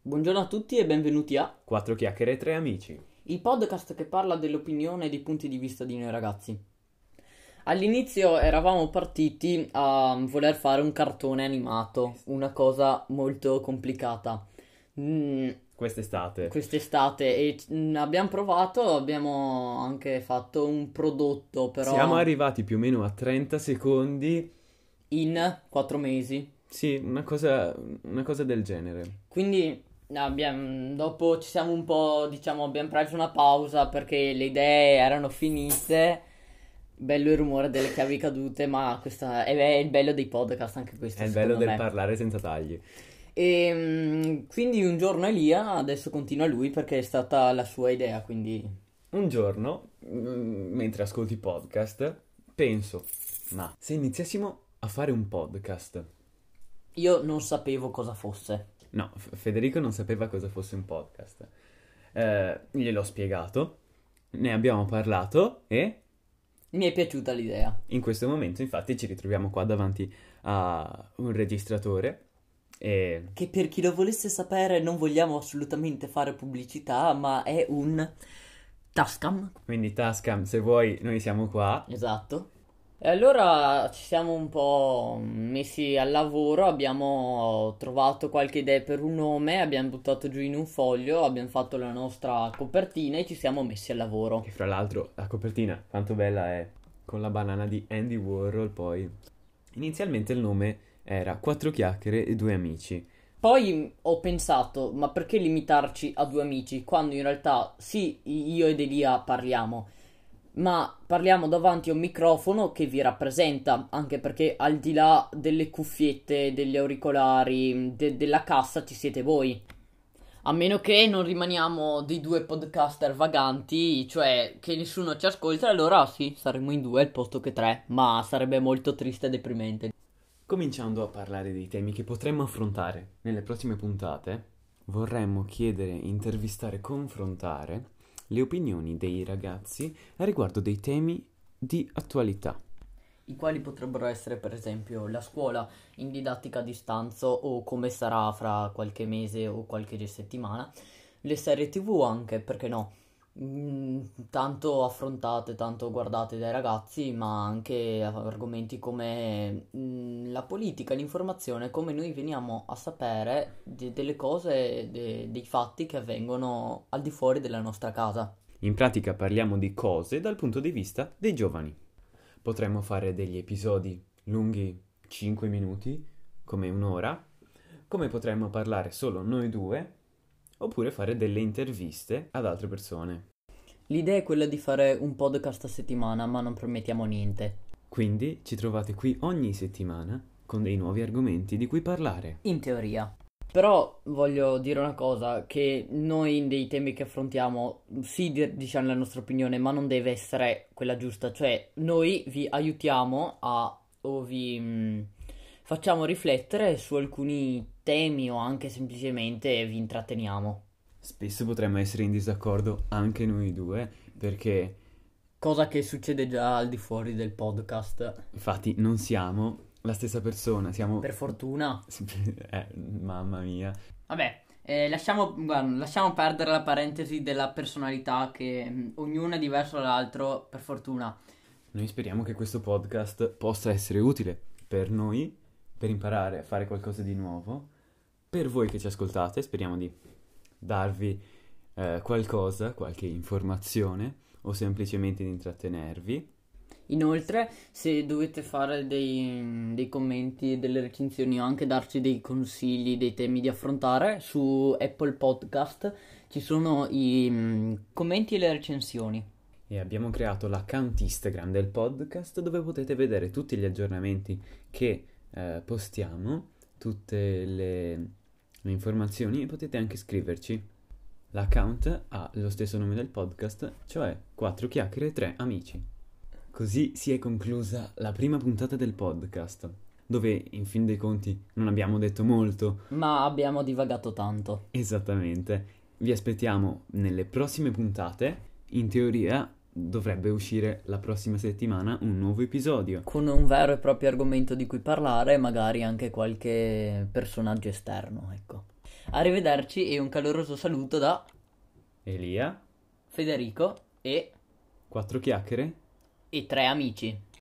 Buongiorno a tutti e benvenuti a Quattro chiacchiere e tre amici. il podcast che parla dell'opinione e dei punti di vista di noi ragazzi. All'inizio eravamo partiti a voler fare un cartone animato, una cosa molto complicata. Quest'estate. Quest'estate abbiamo provato, abbiamo anche fatto un prodotto, però Siamo arrivati più o meno a 30 secondi. in 4 mesi. Sì, una cosa del genere. Quindi dopo ci siamo un po', diciamo, abbiamo preso una pausa perché le idee erano finite. Bello il rumore delle chiavi cadute, ma questo è il bello dei podcast, anche questo È il secondo bello del me. parlare senza tagli. Quindi un giorno Elia, adesso continua lui perché è stata la sua idea, quindi Un giorno, mentre ascolti podcast, penso, ma se iniziassimo a fare un podcast? io non sapevo cosa fosse. No, Federico non sapeva cosa fosse un podcast. Gliel'ho spiegato, ne abbiamo parlato e Mi è piaciuta l'idea. in questo momento infatti ci ritroviamo qua davanti a un registratore e Che per chi lo volesse sapere non vogliamo assolutamente fare pubblicità, ma è un Tascam. quindi Tascam, se vuoi, noi siamo qua. Esatto. E allora ci siamo un po' messi al lavoro, abbiamo trovato qualche idea per un nome, abbiamo buttato giù in un foglio, abbiamo fatto la nostra copertina e ci siamo messi al lavoro. Che fra l'altro la copertina, quanto bella è, con la banana di Andy Warhol poi. Inizialmente il nome era Quattro chiacchiere e due amici. Poi ho pensato, ma perché limitarci a due amici, quando in realtà sì, io ed Elia parliamo, ma parliamo davanti a un microfono che vi rappresenta, anche perché al di là delle cuffiette, degli auricolari, della cassa ci siete voi. A meno che non rimaniamo dei due podcaster vaganti, cioè che nessuno ci ascolta, allora sì, saremmo in due al posto che tre, ma sarebbe molto triste e deprimente. Cominciando a parlare dei temi che potremmo affrontare nelle prossime puntate, vorremmo chiedere, intervistare, confrontare le opinioni dei ragazzi a riguardo dei temi di attualità. I quali potrebbero essere per esempio la scuola in didattica a distanza o come sarà fra qualche mese o qualche settimana, le serie TV anche, perché no? Tanto affrontate, tanto guardate dai ragazzi, ma anche argomenti come la politica, l'informazione, come noi veniamo a sapere delle cose, dei fatti che avvengono al di fuori della nostra casa. In pratica parliamo di cose dal punto di vista dei giovani. Potremmo fare degli episodi lunghi 5 minuti, come un'ora, come potremmo parlare solo noi due, oppure fare delle interviste ad altre persone. L'idea è quella di fare un podcast a settimana, ma non promettiamo niente. Quindi ci trovate qui ogni settimana con dei nuovi argomenti di cui parlare. In teoria. Però voglio dire una cosa, che noi dei temi che affrontiamo, sì, diciamo la nostra opinione, ma non deve essere quella giusta. Cioè, noi vi aiutiamo o vi facciamo riflettere su alcuni temi o anche semplicemente vi intratteniamo. Spesso potremmo essere in disaccordo anche noi due, perché Cosa che succede già al di fuori del podcast. infatti non siamo la stessa persona, siamo... Per fortuna. Mamma mia. Vabbè, guarda, lasciamo perdere la parentesi della personalità che ognuno è diverso dall'altro, per fortuna. Noi speriamo che questo podcast possa essere utile per noi, per imparare a fare qualcosa di nuovo, per voi che ci ascoltate, speriamo di darvi qualcosa, qualche informazione o semplicemente di intrattenervi. Inoltre, se dovete fare dei commenti, delle recensioni o anche darci dei consigli, dei temi da affrontare, su Apple Podcast ci sono i commenti e le recensioni. E abbiamo creato l'account Instagram del podcast dove potete vedere tutti gli aggiornamenti che postiamo, tutte le informazioni e potete anche scriverci. L'account ha lo stesso nome del podcast, cioè 4 chiacchiere e 3 amici. Così si è conclusa la prima puntata del podcast, dove in fin dei conti non abbiamo detto molto. Ma abbiamo divagato tanto. Esattamente. Vi aspettiamo nelle prossime puntate. In teoria dovrebbe uscire la prossima settimana un nuovo episodio. Con un vero e proprio argomento di cui parlare, magari anche qualche personaggio esterno, ecco. Arrivederci e un caloroso saluto da Elia, Federico quattro chiacchiere. e tre amici.